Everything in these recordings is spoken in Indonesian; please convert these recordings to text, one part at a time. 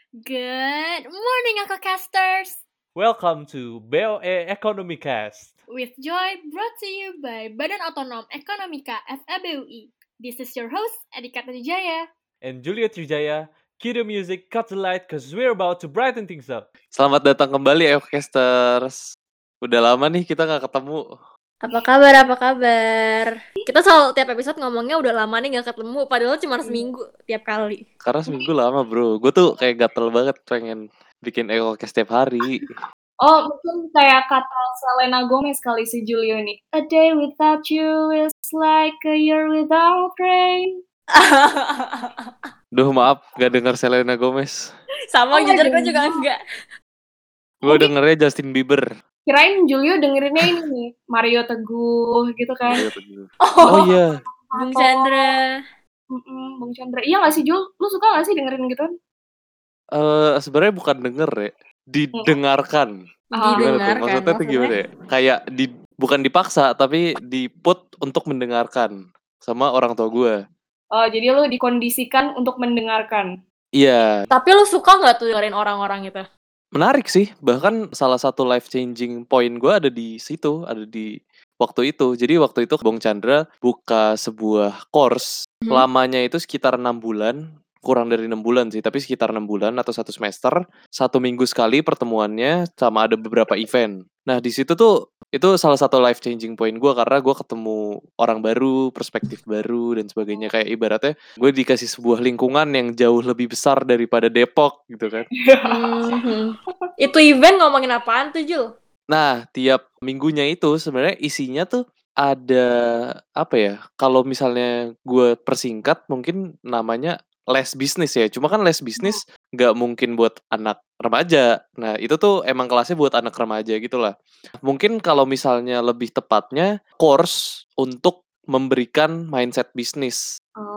Good morning, Casters! Welcome to BOE Economy Cast. With joy brought to you by Badan Otonom Ekonomika FEBUI. This is your host, Adhika Trijaya. And Julia Trijaya, cue the music, cut the light, cause we're about to brighten things up. Selamat datang kembali Casters. Udah lama nih kita gak ketemu. Apa kabar? Kita selalu tiap episode ngomongnya udah lama nih gak ketemu, padahal cuma seminggu tiap kali. Karena seminggu lama bro. Gue tuh kayak gatel banget pengen bikin Cast tiap hari. Oh, mungkin kayak kata Selena Gomez kali si Julio nih. A day without you is like a year without rain. Duh maaf gak denger Selena Gomez. Sama jujur gue juga enggak. Gue dengernya Justin Bieber. Kirain Julio dengerinnya ini nih, Mario Teguh gitu kan. Oh iya. Bung Chandra. Bung Chandra. Iya gak sih Jul? Lu suka gak sih dengerin gitu? Sebenarnya bukan denger ya. Didengarkan. Didengarkan. Maksudnya tuh gimana ya? Kayak bukan dipaksa tapi diput untuk mendengarkan sama orang tua gue. Oh, jadi lu dikondisikan untuk mendengarkan. Iya. Tapi lu suka gak tuh dengerin orang-orang itu? Menarik sih, bahkan salah satu life changing point gue ada di situ, ada di waktu itu. Jadi waktu itu Bung Chandra buka sebuah course, lamanya itu sekitar 6 bulan, kurang dari 6 bulan sih, tapi sekitar 6 bulan atau 1 semester, 1 minggu sekali pertemuannya, sama ada beberapa event. Nah di situ tuh, itu salah satu life changing point gue, karena gue ketemu orang baru, perspektif baru, dan sebagainya. Kayak ibaratnya, gue dikasih sebuah lingkungan yang jauh lebih besar daripada Depok, gitu kan. Itu event ngomongin apaan tuh, Jul? Nah, tiap minggunya itu sebenarnya isinya tuh ada, apa ya, kalau misalnya gue persingkat, mungkin namanya les bisnis ya. Cuma kan les bisnis nggak mungkin buat anak remaja. Nah, itu tuh emang kelasnya buat anak remaja gitu lah. Mungkin kalau misalnya lebih tepatnya, course untuk memberikan mindset bisnis.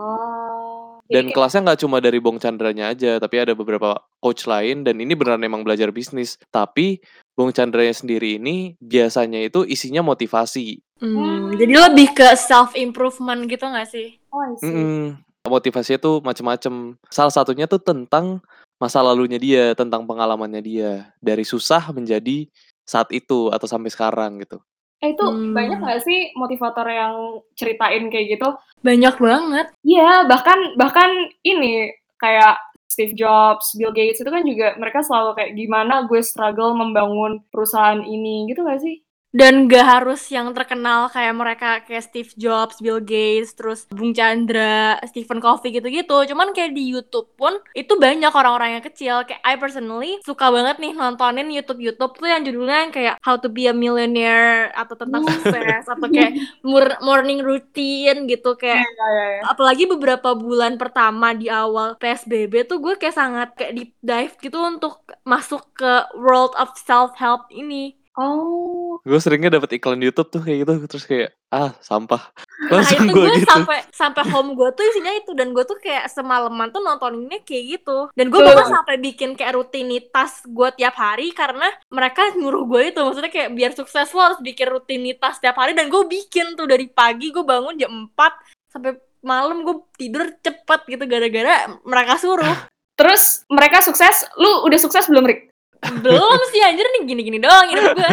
Oh. Dan kelasnya nggak cuma dari Bung Chandranya aja, tapi ada beberapa coach lain, dan ini beneran emang belajar bisnis. Tapi Bung Chandranya sendiri ini biasanya itu isinya motivasi. Jadi lebih ke self-improvement gitu gak sih? Oh, I see. Motivasinya tuh macem-macem. Salah satunya tuh tentang masa lalunya dia, tentang pengalamannya dia. Dari susah menjadi saat itu atau sampai sekarang gitu. Itu banyak gak sih motivator yang ceritain kayak gitu? Banyak banget. Iya, bahkan ini kayak Steve Jobs, Bill Gates itu kan juga mereka selalu kayak gimana gue struggle membangun perusahaan ini gitu gak sih? Dan gak harus yang terkenal kayak mereka, kayak Steve Jobs, Bill Gates, terus Bung Chandra, Stephen Covey gitu-gitu. Cuman kayak di YouTube pun itu banyak orang-orang yang kecil. Kayak I personally suka banget nih nontonin YouTube tuh yang judulnya yang kayak How to be a Millionaire atau tentang sukses atau kayak morning routine gitu kayak. Apalagi beberapa bulan pertama di awal PSBB tuh gue kayak sangat kayak deep dive gitu untuk masuk ke world of self-help ini. Oh. Gue seringnya dapat iklan YouTube tuh kayak gitu, terus kayak sampah. Nah itu gue gitu. sampai home gue tuh isinya itu, dan gue tuh kayak semalaman tuh nontoninnya kayak gitu. Dan gue bahkan sampai bikin kayak rutinitas gue tiap hari karena mereka nyuruh gue itu, maksudnya kayak biar sukses lo harus bikin rutinitas tiap hari, dan gue bikin tuh dari pagi gue bangun jam 4 sampai malam gue tidur cepet gitu gara-gara mereka suruh. Terus mereka sukses, lu udah sukses belum, Rick? Belum sih anjir, nih gini-gini doang hidup gue.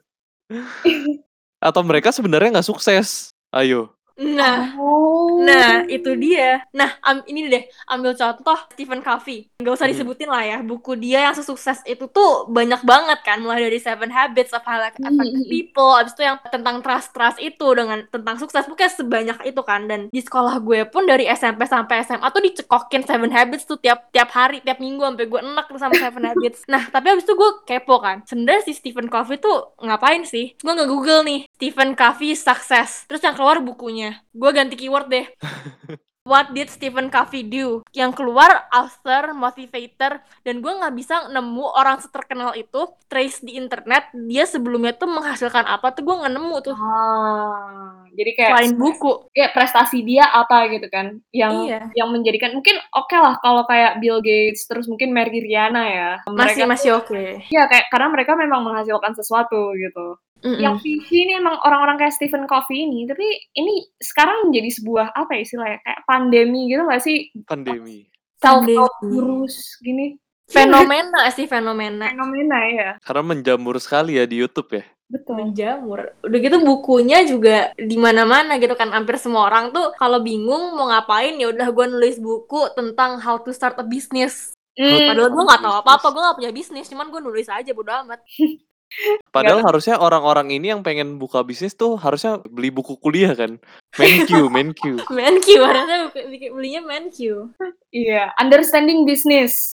Atau mereka sebenarnya nggak sukses? Ayo. Nah itu dia. Nah ini deh, ambil contoh Stephen Covey. Gak usah disebutin lah ya. Buku dia yang sukses itu tuh banyak banget kan. Mulai dari 7 Habits of Highly Effective People, abis itu yang tentang trust itu, dengan tentang sukses. Pokoknya sebanyak itu kan. Dan di sekolah gue pun dari SMP sampai SMA tuh dicekokin 7 Habits tuh tiap hari, tiap minggu, sampai gue enak tuh sama 7 Habits. Nah tapi abis itu gue kepo kan, sebenarnya si Stephen Covey tuh ngapain sih? Gue nge-google nih Stephen Covey Success, terus yang keluar bukunya. Gue ganti keyword deh. What did Stephen Covey do? Yang keluar author, motivator, dan gue nggak bisa nemu orang seterkenal itu trace di internet dia sebelumnya tuh menghasilkan apa tuh, gue nggak nemu tuh. Jadi kayak selain buku, ya prestasi dia apa gitu kan? Yang menjadikan mungkin oke lah kalau kayak Bill Gates, terus mungkin Mary Riana ya. Masih oke. Iya kayak karena mereka memang menghasilkan sesuatu gitu. Yang visi ini emang orang-orang kayak Stephen Covey ini, tapi ini sekarang menjadi sebuah apa ya istilahnya, kayak pandemi gitu nggak sih? Pandemi. Self-help gurus gini. Fenomena sih, fenomena. Fenomena ya. Karena menjamur sekali ya di YouTube ya. Betul. Menjamur. Udah gitu bukunya juga di mana-mana gitu kan. Hampir semua orang tuh kalau bingung mau ngapain ya udah gue nulis buku tentang how to start a business. Padahal gue nggak tahu apa-apa, gue nggak punya bisnis, cuman gue nulis aja bodo amat. Padahal harusnya orang-orang ini yang pengen buka bisnis tuh harusnya beli buku kuliah kan. MenQ. MenQ, harusnya belinya MenQ. Iya, understanding business.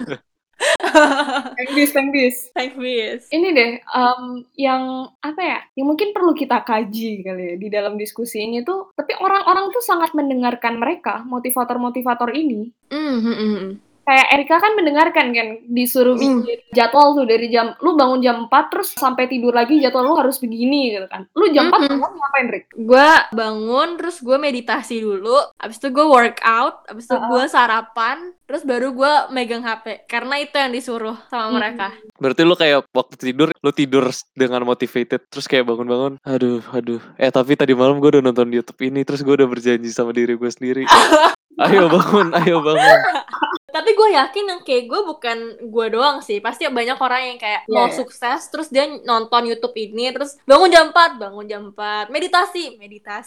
Thank this. Ini deh, yang apa ya? Yang mungkin perlu kita kaji kali ya di dalam diskusi ini tuh. Tapi orang-orang tuh sangat mendengarkan mereka, motivator-motivator ini. Kayak Erika kan mendengarkan kan, disuruh bikin jadwal tuh dari lu bangun jam 4 terus sampai tidur lagi jadwal lu harus begini gitu kan. Lu jam 4 bangun ngapain, Rik? Gue bangun terus gue meditasi dulu, abis itu gue workout, abis itu gue sarapan, terus baru gue megang HP karena itu yang disuruh sama mereka. Berarti lu kayak waktu tidur, lu tidur dengan motivated terus kayak bangun-bangun, aduh. Tapi tadi malam gue udah nonton YouTube ini terus gue udah berjanji sama diri gue sendiri. Ayo bangun. Tapi gue yakin yang kayak gue bukan gue doang sih. Pasti banyak orang yang kayak mau sukses terus dia nonton YouTube ini terus bangun jam 4, meditasi.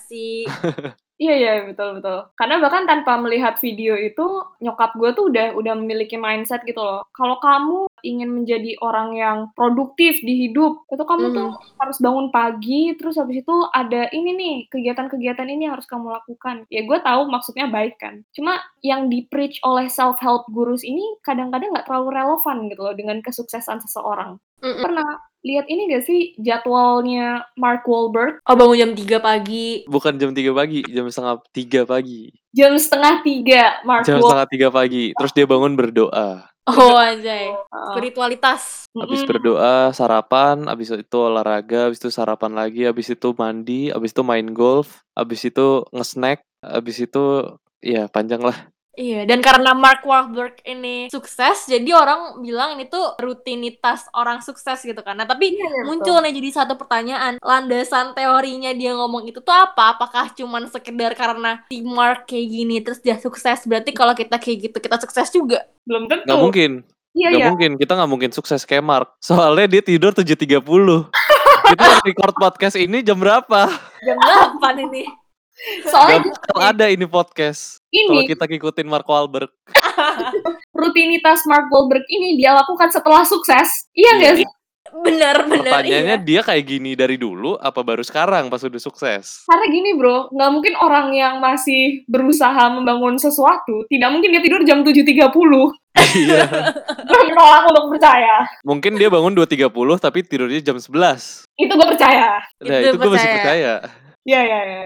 Iya, betul. Karena bahkan tanpa melihat video itu, nyokap gue tuh udah memiliki mindset gitu loh. Kalau kamu ingin menjadi orang yang produktif di hidup, itu kamu tuh harus bangun pagi, terus habis itu ada ini nih, kegiatan-kegiatan ini harus kamu lakukan. Ya gue tahu maksudnya baik kan. Cuma yang di-preach oleh self-help gurus ini kadang-kadang nggak terlalu relevan gitu loh dengan kesuksesan seseorang. Pernah lihat ini gak sih jadwalnya Mark Wahlberg? Oh, bangun jam 3 pagi. Bukan jam 3 pagi, jam setengah 3 pagi. Jam setengah 3 Mark Jam Wahlberg. setengah 3 pagi. Terus dia bangun berdoa. Oh anjay, spiritualitas. Habis berdoa, sarapan, habis itu olahraga, habis itu sarapan lagi, habis itu mandi, habis itu main golf, habis itu nge-snack, habis itu ya panjang lah. Iya, dan karena Mark Wahlberg ini sukses, jadi orang bilang ini tuh rutinitas orang sukses gitu kan. Nah, tapi muncul nih jadi satu pertanyaan, landasan teorinya dia ngomong itu tuh apa? Apakah cuman sekedar karena si Mark kayak gini terus dia sukses? Berarti kalau kita kayak gitu kita sukses juga? Belum tentu. Gak mungkin. Gak mungkin, kita gak mungkin sukses kayak Mark. Soalnya dia tidur 7.30. Kita record podcast ini jam berapa? Jam 8 ini. Soalnya ada ini podcast. Kalau kita ngikutin Mark Wahlberg. Rutinitas Mark Wahlberg ini dia lakukan setelah sukses. Iya nggak sih? Benar. Pertanyaannya dia kayak gini dari dulu apa baru sekarang pas udah sukses? Karena gini bro, nggak mungkin orang yang masih berusaha membangun sesuatu, tidak mungkin dia tidur jam 7.30. Iya. Gue menolak untuk percaya. Mungkin dia bangun 2.30 tapi tidurnya jam 11. Itu gue percaya. Nah, itu gue masih percaya. Iya.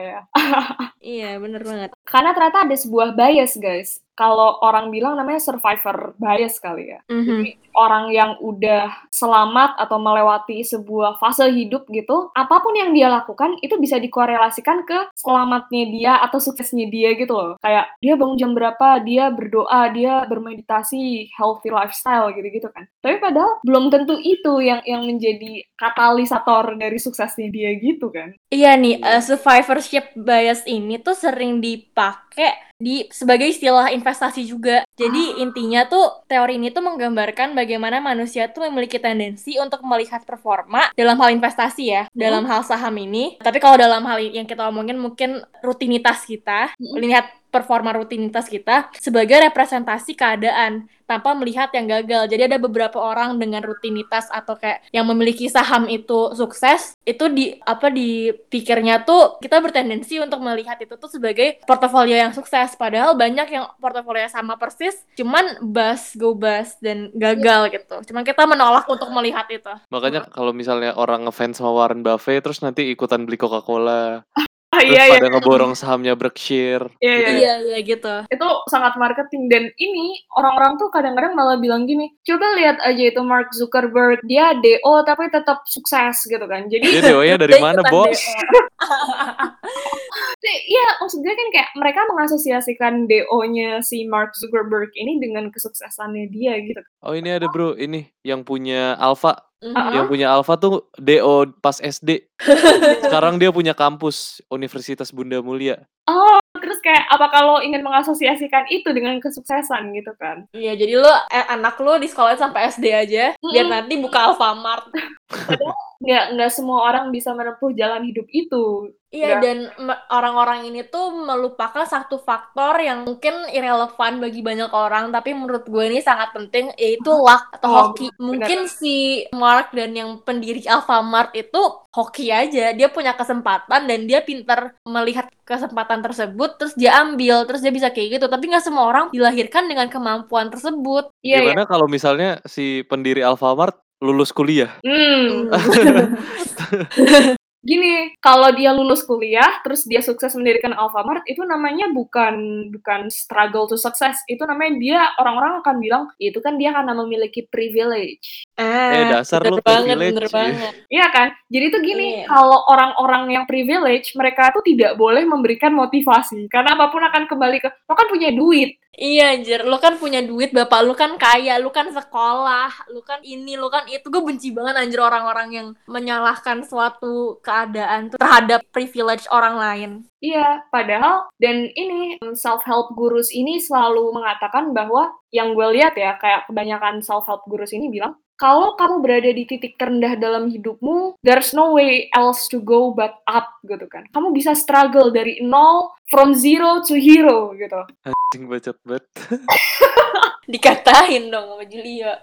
Iya, bener banget. Karena ternyata ada sebuah bias, guys. Kalau orang bilang namanya survivor bias kali ya. Jadi orang yang udah selamat atau melewati sebuah fase hidup gitu, apapun yang dia lakukan itu bisa dikorelasikan ke selamatnya dia atau suksesnya dia gitu loh. Kayak dia bangun jam berapa, dia berdoa, dia bermeditasi, healthy lifestyle gitu-gitu kan. Tapi padahal belum tentu itu yang menjadi katalisator dari suksesnya dia gitu kan. Iya nih, survivorship bias ini tuh sering dipakai sebagai istilah investasi juga. Jadi intinya tuh teori ini tuh menggambarkan bagaimana manusia tuh memiliki tendensi untuk melihat performa dalam hal investasi ya, dalam hal saham ini. Tapi kalau dalam hal yang kita omongin mungkin rutinitas kita, melihat performa rutinitas kita sebagai representasi keadaan tanpa melihat yang gagal. Jadi ada beberapa orang dengan rutinitas atau kayak yang memiliki saham itu sukses, itu di pikirnya tuh kita bertendensi untuk melihat itu tuh sebagai portofolio yang sukses. Padahal banyak yang portofolio sama persis, cuman go bust dan gagal gitu. Cuman kita menolak untuk melihat itu. Makanya kalau misalnya orang ngefans sama Warren Buffett terus nanti ikutan beli Coca-Cola. Terus pada ngeborong sahamnya Berkshire. Iya gitu. Itu sangat marketing dan ini orang-orang tuh kadang-kadang malah bilang gini, coba lihat aja itu Mark Zuckerberg, dia DO tapi tetap sukses gitu kan. Jadi dia DO-nya dari mana, Bos? Iya, maksud gue kan kayak mereka mengasosiasikan DO-nya si Mark Zuckerberg ini dengan kesuksesannya dia gitu. Oh, ini ada bro, ini yang punya Alpha. Yang punya Alpha tuh DO pas SD. Sekarang dia punya kampus Universitas Bunda Mulia. Oh, terus kayak apakah lo ingin mengasosiasikan itu dengan kesuksesan gitu kan? Iya, jadi lo anak lo di sekolah sampai SD aja, biar nanti buka Alfamart. Padahal nggak semua orang bisa menempuh jalan hidup itu. Iya, Nggak. dan orang-orang ini tuh melupakan satu faktor yang mungkin irrelevan bagi banyak orang, tapi menurut gue ini sangat penting, yaitu luck atau hoki. Mungkin si Mark dan yang pendiri Alfamart itu hoki aja. Dia punya kesempatan dan dia pintar melihat kesempatan tersebut, terus dia ambil, terus dia bisa kayak gitu. Tapi nggak semua orang dilahirkan dengan kemampuan tersebut. Iya, Gimana kalau misalnya si pendiri Alfamart lulus kuliah? Gini, kalau dia lulus kuliah, terus dia sukses mendirikan Alfamart, itu namanya bukan struggle to success. Itu namanya dia, orang-orang akan bilang, itu kan dia karena memiliki privilege. Dasar lu privilege. Bener banget. Iya kan? Jadi tuh gini, Iya. kalau orang-orang yang privilege, mereka tuh tidak boleh memberikan motivasi. Karena apapun akan kembali ke, lo kan punya duit. Iya, anjir, lu kan punya duit, bapak lu kan kaya, lu kan sekolah, lu kan ini, lu kan itu. Gue benci banget anjir orang-orang yang menyalahkan suatu keadaan tuh terhadap privilege orang lain. Iya, padahal, dan ini, self-help gurus ini selalu mengatakan bahwa, yang gue lihat ya, kayak kebanyakan self-help gurus ini bilang, kalau kamu berada di titik terendah dalam hidupmu, there's no way else to go but up, gitu kan. Kamu bisa struggle dari nol, from zero to hero, gitu. Anjing bacot banget. Dikatain dong sama Julia.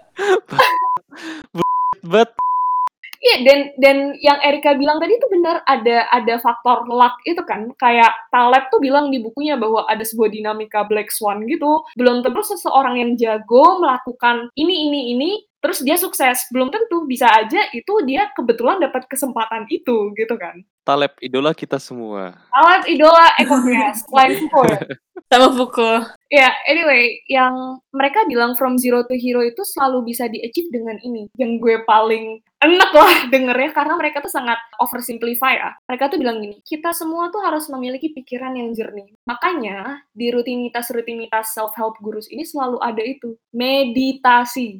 Bet. Iya, dan yang Erika bilang tadi itu benar, ada faktor luck itu kan. Kayak Taleb tuh bilang di bukunya bahwa ada sebuah dinamika Black Swan gitu. Belum tentu seseorang yang jago melakukan ini, terus dia sukses. Belum tentu, bisa aja itu dia kebetulan dapat kesempatan itu gitu kan. Taleb idola kita semua. Taleb idola ekonomis, lain Foucault ya. Sama Foucault. Ya, anyway, yang mereka bilang from zero to hero itu selalu bisa di-achieve dengan ini. Yang gue paling enak lah dengernya, karena mereka tuh sangat oversimplify ya. Mereka tuh bilang gini, kita semua tuh harus memiliki pikiran yang jernih. Makanya, di rutinitas self-help gurus ini selalu ada itu, meditasi.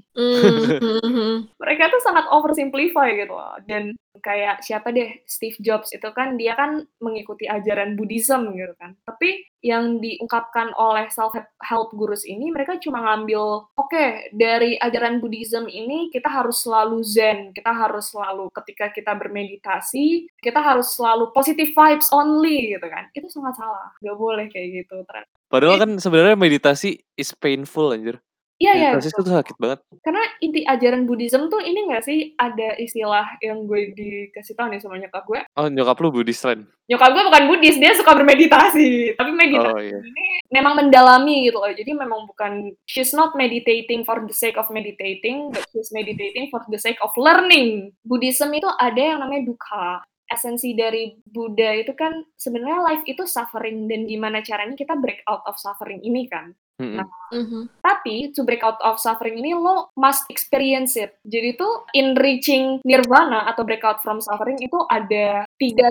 Mereka tuh sangat oversimplify gitu loh. Dan kayak siapa deh, Steve Jobs itu kan, dia kan mengikuti ajaran Buddhism gitu kan. Tapi yang diungkapkan oleh self-help gurus ini, mereka cuma ngambil, oke, dari ajaran Buddhism ini kita harus selalu zen, kita harus selalu ketika kita bermeditasi, kita harus selalu positive vibes only gitu kan. Itu sangat salah, gak boleh kayak gitu. Padahal kan sebenarnya meditasi is painful anjir. Iya, meditasi itu sakit banget. Karena inti ajaran Buddhism tuh ini nggak sih, ada istilah yang gue dikasih tahu nih sama nyokap gue. Oh, nyokap lu Buddhist Ren? Nyokap gue bukan Buddhis, dia suka bermeditasi. Tapi meditasi ini memang mendalami gitu loh. Jadi memang bukan, she's not meditating for the sake of meditating, but she's meditating for the sake of learning. Buddhism itu ada yang namanya dukkha. Esensi dari Buddha itu kan sebenarnya life itu suffering, dan gimana caranya kita break out of suffering ini kan. Nah, tapi to break out of suffering ini lo must experience it. Jadi tuh in reaching nirvana atau break out from suffering itu ada tiga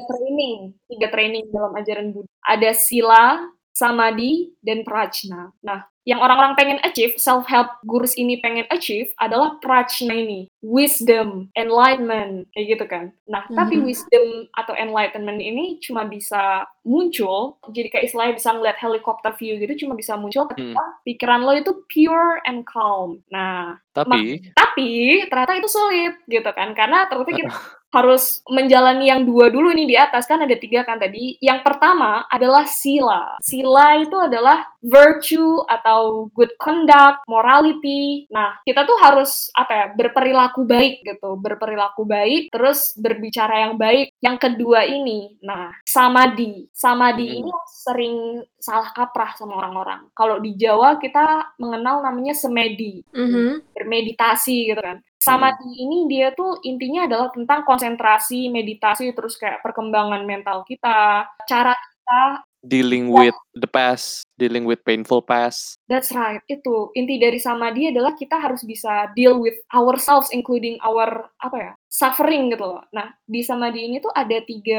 training dalam ajaran Buddha. Ada sila, samadhi, dan prajna. Nah, yang orang-orang pengen achieve, self-help gurus ini pengen achieve adalah prajna ini, wisdom, enlightenment, kayak gitu kan. Nah, tapi wisdom atau enlightenment ini cuma bisa muncul, jadi kayak istilahnya bisa ngeliat helicopter view gitu, cuma bisa muncul ketika pikiran lo itu pure and calm. Nah, tapi ternyata itu sulit gitu kan, karena ternyata kita harus menjalani yang dua dulu nih di atas, kan ada tiga kan tadi. Yang pertama adalah sila. Sila itu adalah virtue atau good conduct, morality. Nah, kita tuh harus berperilaku baik gitu, berperilaku baik, terus berbicara yang baik. Yang kedua ini, nah, samadhi. Samadhi ini sering salah kaprah sama orang-orang. Kalau di Jawa kita mengenal namanya semedi, bermeditasi gitu kan. Samadhi ini dia tuh intinya adalah tentang konsentrasi, meditasi, terus kayak perkembangan mental kita, cara kita dealing with the past, dealing with painful past. That's right, itu inti dari samadhi adalah kita harus bisa deal with ourselves, including our suffering gitu loh. Nah, di samadhi ini tuh ada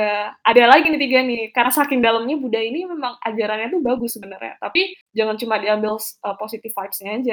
lagi nih tiga nih, karena saking dalamnya Buddha ini memang ajarannya tuh bagus sebenarnya, tapi jangan cuma diambil positive vibes-nya aja.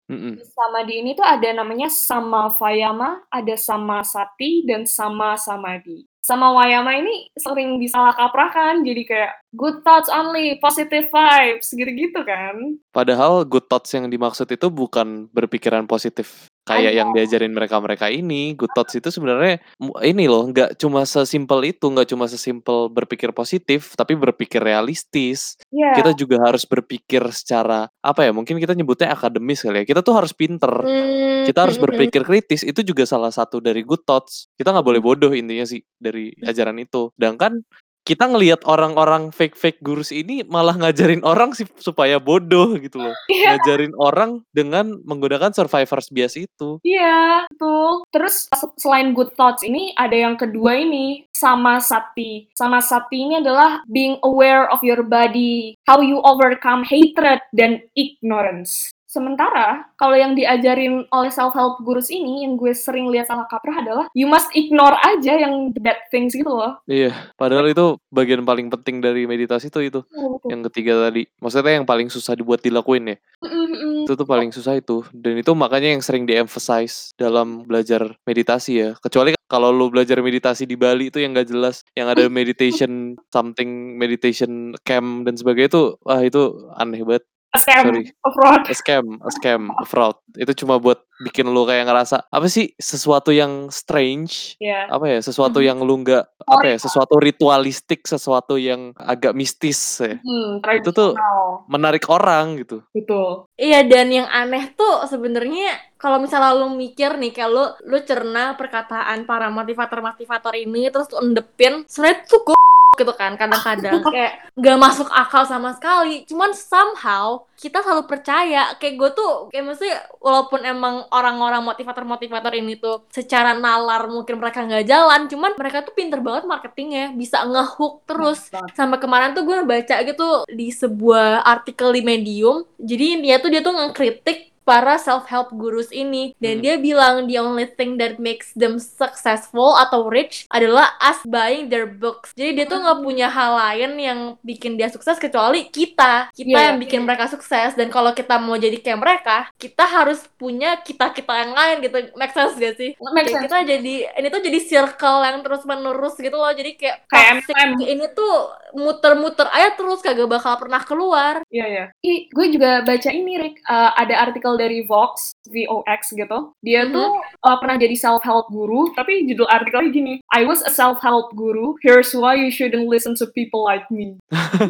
Mhm. Samadhi ini tuh ada namanya Sama Vayama, ada Sama Sati, dan Sama Samadhi. Sama Vayama ini sering disalahkaprahkan, jadi kayak good thoughts only, positive vibes, gitu-gitu kan. Padahal good thoughts yang dimaksud itu bukan berpikiran positif kayak yang diajarin mereka-mereka ini. Good thoughts itu sebenarnya ini loh, nggak cuma sesimpel itu, nggak cuma sesimpel berpikir positif, tapi berpikir realistis. Iya. Kita juga harus berpikir secara apa ya? Mungkin kita nyebutnya akademis kali ya. Kita tuh harus pinter. Kita harus berpikir kritis. Itu juga salah satu dari good thoughts. Kita nggak boleh bodoh intinya sih dari ajaran itu. Sedangkan kita ngelihat orang-orang fake gurus ini malah ngajarin orang sih supaya bodoh gitu loh. Iya. Ngajarin orang dengan menggunakan survivor's bias itu. Iya, betul. Terus selain good thoughts ini ada yang kedua ini, Sama Sati. Sama Sati ini adalah being aware of your body, how you overcome hatred dan ignorance. Sementara kalau yang diajarin oleh self-help gurus ini yang gue sering lihat salah kaprah adalah you must ignore aja yang the bad things gitu loh. Iya, padahal itu bagian paling penting dari meditasi tuh itu. Betul. Yang ketiga tadi. Maksudnya yang paling susah dibuat dilakuin ya. Itu tuh paling susah itu. Dan itu makanya yang sering di-emphasize dalam belajar meditasi ya. Kecuali kalau lu belajar meditasi di Bali itu yang gak jelas. Yang ada meditation something, meditation camp dan sebagainya itu, wah itu aneh banget. Scam, fraud. A scam, a fraud. Itu cuma buat bikin lu kayak ngerasa apa sih sesuatu yang strange, Iya. apa ya, sesuatu yang lu nggak apa ya, sesuatu ritualistik, sesuatu yang agak mistis ya. Itu tuh Tradisional. menarik orang gitu. Betul. Iya, dan yang aneh tuh sebenarnya kalau misalnya lu mikir nih kayak lu cerna perkataan para motivator ini terus lu endepin, sebenarnya tuh gitu kan kadang-kadang kayak gak masuk akal sama sekali, cuman somehow kita selalu percaya. Kayak gue tuh kayak maksudnya walaupun emang orang-orang motivator ini tuh secara nalar mungkin mereka nggak jalan, cuman mereka tuh pinter banget marketingnya, bisa ngehook terus. Sampai kemarin tuh gue baca gitu di sebuah artikel di Medium, jadi dia tuh ngekritik para self-help gurus ini, dan dia bilang the only thing that makes them successful atau rich adalah us buying their books. Jadi dia tuh nggak punya hal lain yang bikin dia sukses kecuali kita yang bikin mereka sukses. Dan kalau kita mau jadi kayak mereka, kita harus punya kita yang lain gitu. Make sense gak sih? Kita jadi ini tuh jadi circle yang terus menerus gitu loh. Jadi kayak toxic ini tuh muter-muter aja terus, kagak bakal pernah keluar. Iya. Gue juga baca ini, Rick. Ada artikel dari Vox gitu. Dia tuh pernah jadi self-help guru, tapi judul artikelnya gini, I was a self-help guru, here's why you shouldn't listen to people like me.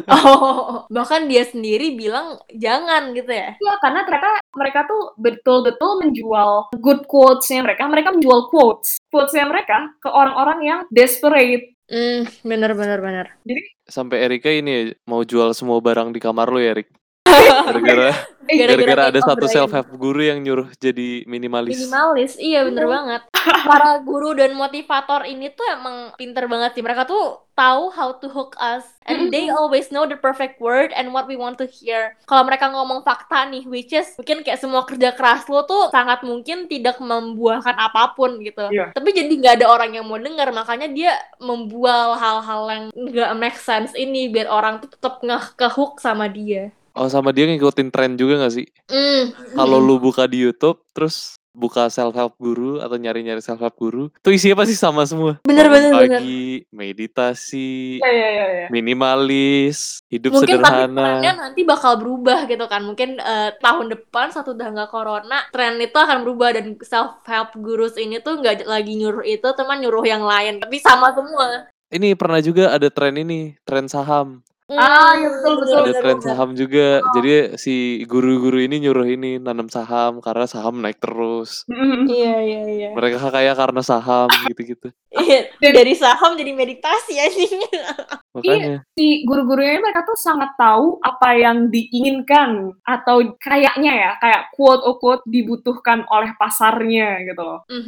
Bahkan dia sendiri bilang jangan gitu ya? Iya, karena ternyata mereka tuh betul-betul menjual good quotes-nya mereka menjual quotes-nya mereka ke orang-orang yang desperate. Bener. Jadi sampai Erika ini mau jual semua barang di kamar lu ya, Erik. Gara-gara ada satu self-help guru yang nyuruh jadi minimalis. Iya bener banget. Para guru dan motivator ini tuh emang pinter banget sih. Mereka tuh tahu how to hook us, and they always know the perfect word and what we want to hear. Kalau mereka ngomong fakta nih, which is mungkin kayak semua kerja keras lo tuh sangat mungkin tidak membuahkan apapun gitu. Tapi jadi nggak ada orang yang mau dengar, makanya dia membual hal-hal yang nggak make sense ini biar orang tuh tetap nge-hook sama dia. Oh, sama dia ngikutin tren juga gak sih? Kalau lu buka di YouTube, terus buka self-help guru atau nyari-nyari self-help guru, tuh isinya pasti sama semua. Bener. Pagi, meditasi, minimalis, hidup mungkin sederhana. Tapi trennya nanti bakal berubah gitu kan. Mungkin tahun depan saat udah nggak corona, tren itu akan berubah dan self-help gurus ini tuh nggak lagi nyuruh itu, teman nyuruh yang lain. Tapi sama semua. Ini pernah juga ada tren saham. Ya betul. Ada tren saham juga. Jadi si guru-guru ini nyuruh ini nanam saham karena saham naik terus. Iya. Mereka kaya karena saham gitu-gitu. Iya, dari saham jadi meditasi anjingnya. Makanya si guru-gurunya mereka tuh sangat tahu apa yang diinginkan atau kayaknya ya, kayak quote-unquote dibutuhkan oleh pasarnya gitu loh.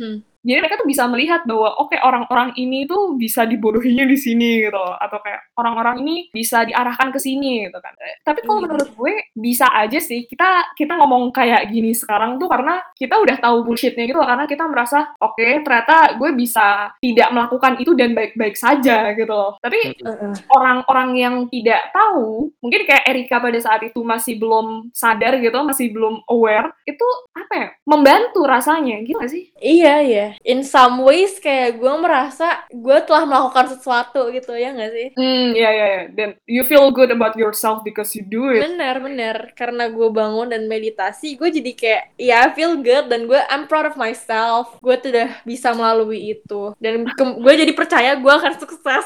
Jadi mereka tuh bisa melihat bahwa oke, orang-orang ini tuh bisa dibodohinya di sini gitu loh, atau kayak orang-orang ini bisa diarahkan ke sini gitu kan. Tapi kalau menurut gue bisa aja sih kita ngomong kayak gini sekarang tuh karena kita udah tahu bullshitnya gitu loh, karena kita merasa oke, ternyata gue bisa tidak melakukan itu dan baik-baik saja gitu loh. Tapi orang-orang yang tidak tahu, mungkin kayak Erika pada saat itu masih belum sadar gitu, masih belum aware, itu apa ya, membantu rasanya gitu gak sih? Iya. In some ways kayak gue merasa gue telah melakukan sesuatu gitu, ya gak sih? Iya. Dan you feel good about yourself because you do it. Bener. Karena gue bangun dan meditasi, gue jadi kayak, I feel good, dan I'm proud of myself. Gue tuh udah bisa melalui itu. Dan gue jadi percaya gue akan sukses.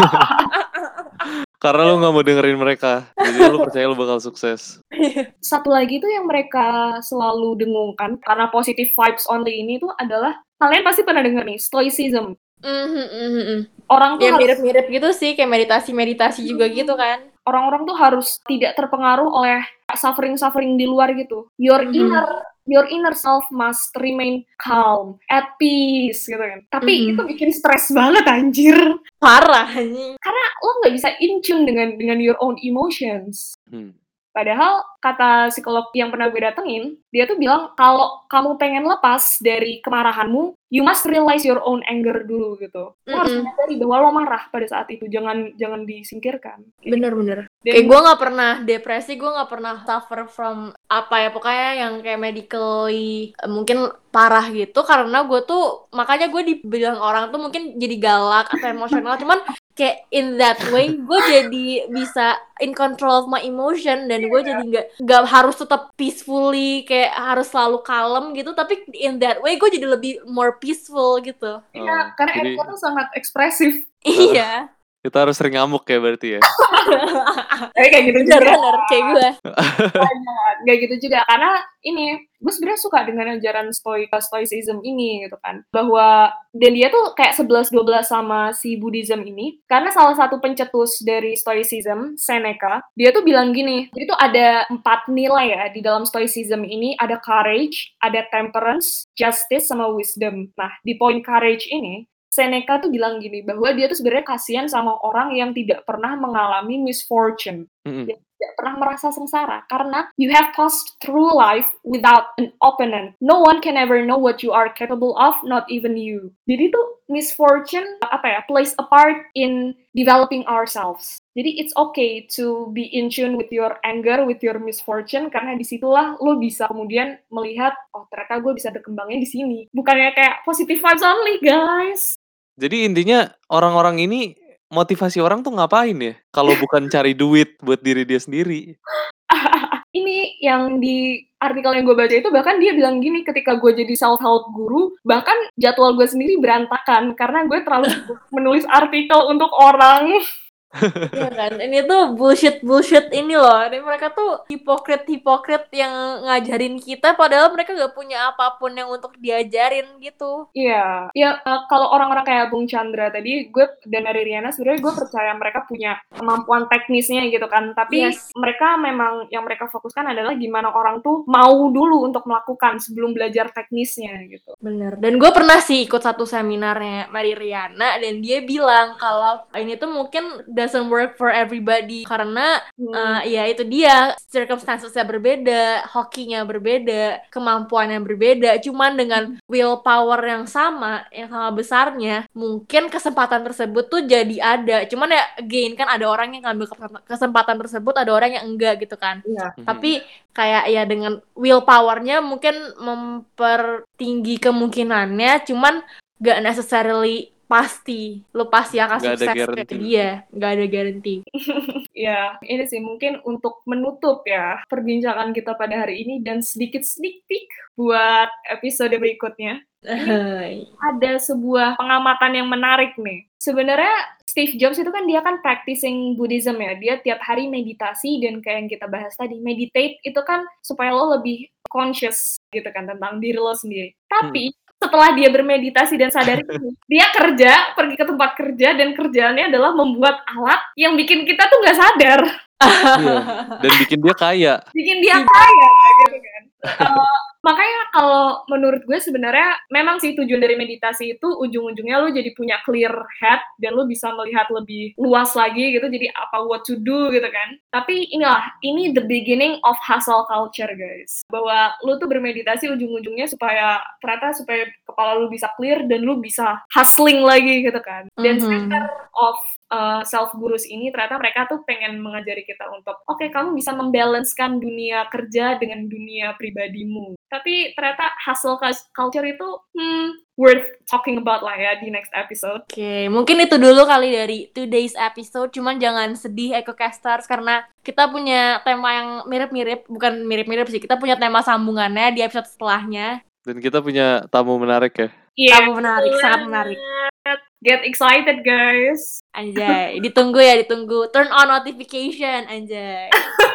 Karena lu gak mau dengerin mereka, jadi lu percaya lu bakal sukses. Satu lagi tuh yang mereka selalu dengungkan, karena positive vibes only ini tuh adalah, kalian pasti pernah denger nih, stoicism. Orang tuh ya harus, mirip-mirip gitu sih, kayak meditasi juga gitu kan. orang-orang tuh harus tidak terpengaruh oleh suffering di luar gitu. Your inner self must remain calm, at peace gitu kan. Tapi itu bikin stres banget anjir. Parah anjing. Karena lo nggak bisa in tune dengan your own emotions. Padahal kata psikolog yang pernah gue datengin, dia tuh bilang kalau kamu pengen lepas dari kemarahanmu, you must realize your own anger dulu gitu. Lo harus menyadari bahwa lo marah pada saat itu, jangan disingkirkan. Bener. Kayak gue nggak pernah depresi, gue nggak pernah suffer from apa ya, pokoknya yang kayak medically mungkin parah gitu, karena gue tuh, makanya gue dibilang orang tuh mungkin jadi galak atau emosional, cuman kayak in that way gue jadi bisa in control of my emotion, dan gue jadi nggak harus tetap peacefully kayak harus selalu kalem gitu, tapi in that way gue jadi lebih more peaceful gitu. Iya, karena Erika tuh sangat ekspresif. Iya. Kita harus sering ngamuk ya berarti ya. Kayak gitu juga. Bener, kayak gue. Kayak gitu juga, karena ini gue sebenarnya suka dengan ajaran stoicism ini gitu kan, bahwa dan dia tuh kayak 11-12 sama si Buddhism ini, karena salah satu pencetus dari stoicism, Seneca, dia tuh bilang gini, jadi tuh ada 4 nilai ya di dalam stoicism ini, ada courage, ada temperance, justice, sama wisdom. Nah, di poin courage ini, Seneca tuh bilang gini, bahwa dia tuh sebenarnya kasihan sama orang yang tidak pernah mengalami misfortune. Dia tidak pernah merasa sengsara, karena you have passed through life without an opponent. No one can ever know what you are capable of, not even you. Jadi tuh misfortune, plays a part in developing ourselves. Jadi it's okay to be in tune with your anger, with your misfortune, karena disitulah lo bisa kemudian melihat, oh ternyata gue bisa berkembangnya di sini. Bukannya kayak positive vibes only, guys. Jadi intinya orang-orang ini, motivasi orang tuh ngapain ya? Kalau bukan cari duit buat diri dia sendiri. Ini yang di artikel yang gue baca itu, bahkan dia bilang gini, ketika gue jadi self-help guru, bahkan jadwal gue sendiri berantakan, karena gue terlalu menulis artikel untuk orang. Iya kan, ini tuh bullshit ini loh. Dan mereka tuh hipokrit yang ngajarin kita, padahal mereka gak punya apapun yang untuk diajarin gitu. Iya, kalau orang-orang kayak Bung Chandra tadi, gue dan dari Riana sebenarnya gue percaya mereka punya kemampuan teknisnya gitu kan. Tapi mereka memang yang mereka fokuskan adalah gimana orang tuh mau dulu untuk melakukan sebelum belajar teknisnya gitu. Bener. Dan gue pernah sih ikut satu seminarnya Mari Riana, dan dia bilang kalau ini tuh mungkin doesn't work for everybody, karena ya itu dia, circumstances-nya berbeda, hokinya berbeda, kemampuannya berbeda, cuman dengan willpower yang sama besarnya, mungkin kesempatan tersebut tuh jadi ada. Cuman ya again kan ada orang yang ngambil kesempatan tersebut, ada orang yang enggak gitu kan. Tapi kayak ya dengan willpower-nya mungkin mempertinggi kemungkinannya, cuman gak necessarily pasti lo pasti akan sukses kayak dia, nggak ada garansi. Ya, ini sih mungkin untuk menutup ya perbincangan kita pada hari ini, dan sedikit sneak peek buat episode berikutnya. Ada sebuah pengamatan yang menarik nih. Sebenarnya Steve Jobs itu kan dia kan practicing Buddhism ya, dia tiap hari meditasi, dan kayak yang kita bahas tadi, meditate itu kan supaya lo lebih conscious gitu kan tentang diri lo sendiri. Tapi setelah dia bermeditasi dan sadar ini, dia pergi ke tempat kerja, dan kerjaannya adalah membuat alat yang bikin kita tuh nggak sadar. Dan bikin dia kaya. Bikin dia kaya gitu kan. Makanya kalau menurut gue sebenarnya memang sih tujuan dari meditasi itu ujung-ujungnya lu jadi punya clear head dan lu bisa melihat lebih luas lagi gitu, jadi apa what to do gitu kan. Tapi ini the beginning of hustle culture guys. Bahwa lu tuh bermeditasi ujung-ujungnya supaya kepala lu bisa clear dan lu bisa hustling lagi gitu kan. Dan center of self gurus ini ternyata mereka tuh pengen mengajari kita untuk oke, kamu bisa membalancekan dunia kerja dengan dunia pribadimu. Tapi ternyata hustle culture itu worth talking about lah ya di next episode. Oke, mungkin itu dulu kali dari today's episode. Cuman jangan sedih EcoCasters karena kita punya tema yang mirip-mirip, bukan mirip-mirip sih, kita punya tema sambungannya di episode setelahnya. Dan kita punya tamu menarik ya. Tamu menarik, sangat menarik. Get excited guys. Anjay, ditunggu. Turn on notification, anjay.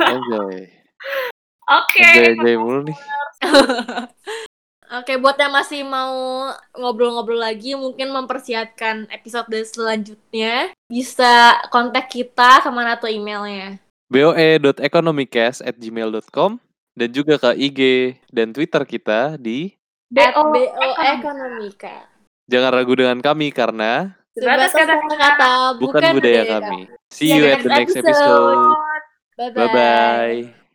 Oke. Anjay mulu nih. Oke, buat yang masih mau ngobrol-ngobrol lagi, mungkin mempersiapkan episode selanjutnya, bisa kontak kita kemana tuh emailnya? boe.economicast@gmail.com dan juga ke IG dan Twitter kita di @boeconomica. Jangan ragu dengan kami karena sebatas kata-kata bukan budaya kami. See you at the next episode. Bye-bye. Bye-bye.